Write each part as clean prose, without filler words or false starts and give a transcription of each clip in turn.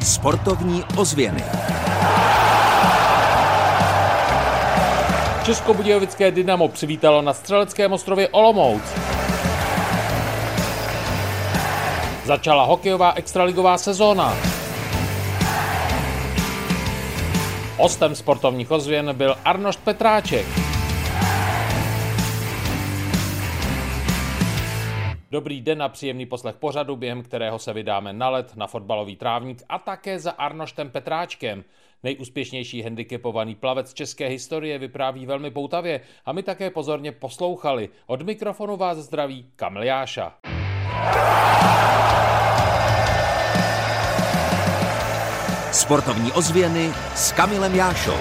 Sportovní ozvěny. Českobudějovické Dynamo přivítalo na střeleckém ostrově Olomouc. Začala hokejová extraligová sezóna. Hostem sportovních ozvěn byl Arnošt Petráček. Dobrý den a příjemný poslech pořadu, během kterého se vydáme na led, na fotbalový trávník a také za Arnoštem Petráčkem. Nejúspěšnější handicapovaný plavec české historie vypráví velmi poutavě a my také pozorně poslouchali. Od mikrofonu vás zdraví Kamil Jáša. Sportovní ozvěny s Kamilem Jášou.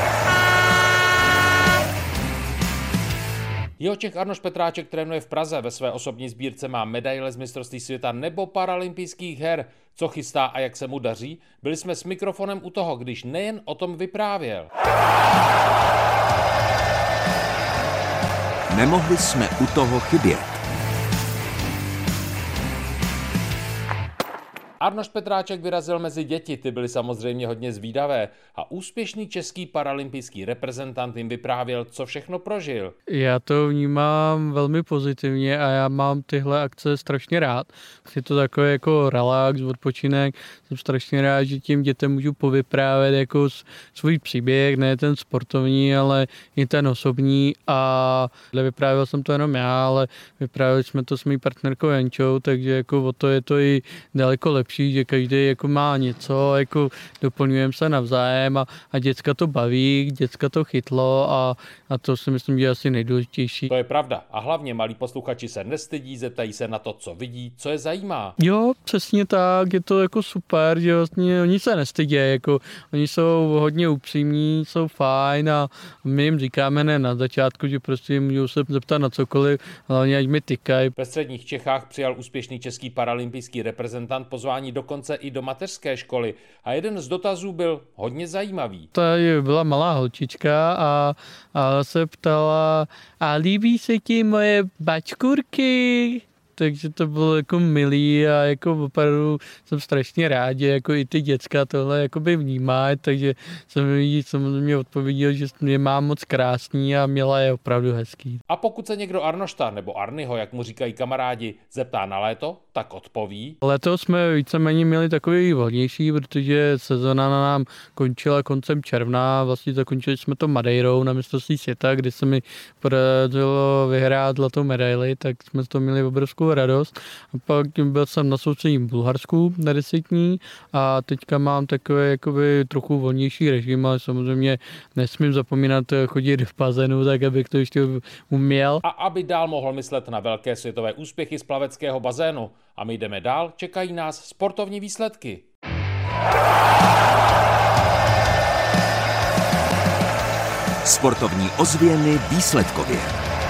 Jihočech Arnošt Petráček trénuje v Praze, ve své osobní sbírce má medaile z mistrovství světa nebo paralympijských her. Co chystá a jak se mu daří? Byli jsme s mikrofonem u toho, když nejen o tom vyprávěl. Nemohli jsme u toho chybět. Arnošt Petráček vyrazil mezi děti, ty byly samozřejmě hodně zvídavé a úspěšný český paralympijský reprezentant jim vyprávěl, co všechno prožil. Já to vnímám velmi pozitivně a já mám tyhle akce strašně rád. Je to takový jako relax, odpočinek. Jsem strašně rád, že těm dětem můžu povyprávět jako svůj příběh, ne ten sportovní, ale i ten osobní. A nevyprávěl jsem to jenom já, ale vyprávěli jsme to s mý partnerkou Jančou, takže jako o to je to i daleko lepší, že každý jako má něco, jako doplňujeme se navzájem a děcka to baví, děcka to chytlo a to si myslím, že je asi nejdůležitější. To je pravda a hlavně malí posluchači se nestydí, zeptají se na to, co vidí, co je zajímá. Jo, přesně tak, je to jako super, že vlastně oni se nestydí, jako oni jsou hodně upřímní, jsou fajn a my jim říkáme ne na začátku, že prostě můžou se zeptat na cokoliv, hlavně ať mi tykají. Ve středních Čechách přijal úspěšný český paralympijský reprezentant pozvání dokonce i do mateřské školy a jeden z dotazů byl hodně zajímavý. Tady byla malá holčička a se ptala, a líbí se ti moje bačkurky? Takže to bylo jako milý a jako opravdu jsem strašně rád, že jako i ty děcka tohle jakoby vnímají, takže jsem jí samozřejmě odpověděl, že je mám moc krásný a měla je opravdu hezký. A pokud se někdo Arnošta nebo Arnyho, jak mu říkají kamarádi, zeptá na léto, tak odpoví. Letos jsme víceméně měli takový volnější, protože sezona nám končila koncem června, vlastně zakončili jsme to Madeirou na mistrovství světa, kdy se mi podařilo vyhrát zlatou medaili, tak jsme to měli obrovskou radost. A pak byl jsem na soutěži v Bulharsku na 10 dní a teďka mám takový jakoby trochu volnější režim, ale samozřejmě nesmím zapomínat chodit v bazénu, tak abych to ještě uměl. A aby dál mohl myslet na velké světové úspěchy z plaveckého bazénu. A my jdeme dál, čekají nás sportovní výsledky. Sportovní ozvěny výsledkově.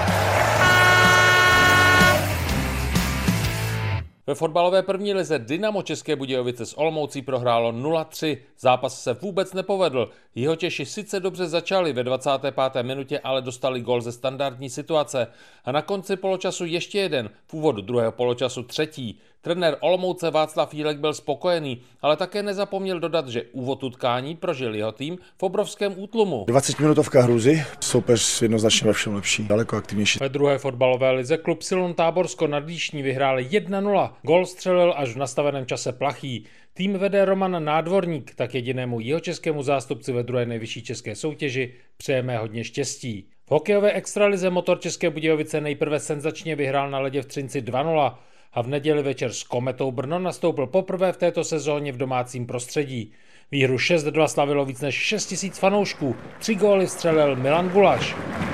Ve fotbalové první lize Dynamo České Budějovice s Olomoucí prohrálo 0-3. Zápas se vůbec nepovedl. Jihočeši sice dobře začali ve 25. minutě, ale dostali gól ze standardní situace. A na konci poločasu ještě jeden, v úvodu druhého poločasu třetí. Trenér Olomouce Václav Jílek byl spokojený, ale také nezapomněl dodat, že úvod utkání prožil jeho tým v obrovském útlumu. 20-minutovka hruzy, soupeř jednoznačně ve všem lepší, daleko aktivnější. Ve druhé fotbalové lize klub Silon Táborsko nad Líšní vyhrál 1-0. Gól střelil až v nastaveném čase Plachý. Tým vede Roman Nádvorník, tak jedinému jihočeskému zástupci ve druhé nejvyšší české soutěži přejeme hodně štěstí. V hokejové extralize Motor České Budějovice nejprve senzačně vyhrál na ledě v Třinci 2-0 a v neděli večer s Kometou Brno nastoupil poprvé v této sezóně v domácím prostředí. Výhru 6-2 slavilo víc než 6 000 fanoušků, 3 góly vstřelil Milan Gulaš.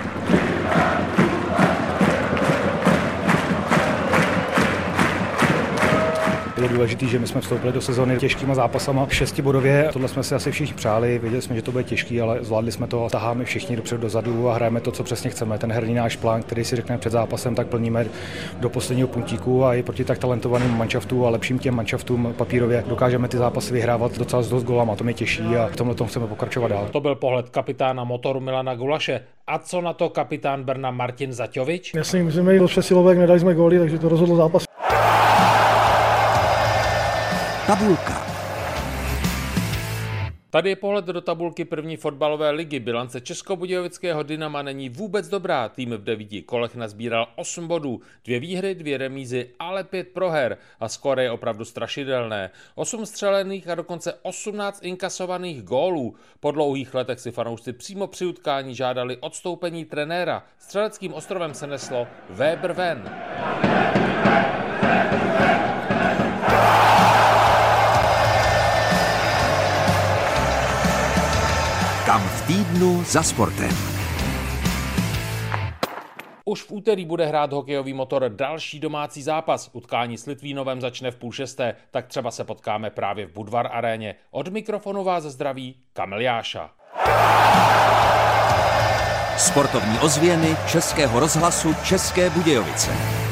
Bylo důležité, že my jsme vstoupili do sezóny těžkýma zápasama 6bodově. Tohle jsme si asi všichni přáli, věděli jsme, že to bude těžký, ale zvládli jsme to. Taháme všichni dopředu dozadu a hrajeme to, co přesně chceme. Ten herní náš plán, který si řekneme před zápasem, tak plníme do posledního puntíku a i proti tak talentovaným manšaftům a lepším těm manšaftům papírově dokážeme ty zápasy vyhrávat docela s dost golama. To mě těší a v tomhle tom chceme pokračovat dál. To byl pohled kapitána Motoru Milana Gulaše. A co na to kapitán Brna Martin Zaťovič? Jasně, my jsme jeli přesilovek, nedali jsme góly, takže to rozhodlo zápas. Tabulka. Tady je pohled do tabulky první fotbalové ligy. Bilance českobudějovického Dynama není vůbec dobrá. Tým v 9 kolech nazbíral 8 bodů, 2 výhry, 2 remízy, ale 5 proher a skóre je opravdu strašidelné. 8 střelených a dokonce 18 inkasovaných gólů. Po dlouhých letech si fanoušci přímo při utkání žádali odstoupení trenéra. Střeleckým ostrovem se neslo Weber ven. Kam v týdnu za sportem. Už v úterý bude hrát hokejový Motor další domácí zápas. Utkání s Litvínovem začne v 5:30, tak třeba se potkáme právě v Budvar aréně. Od mikrofonu vás zdraví Kamil Jáša. Sportovní ozvěny Českého rozhlasu České Budějovice.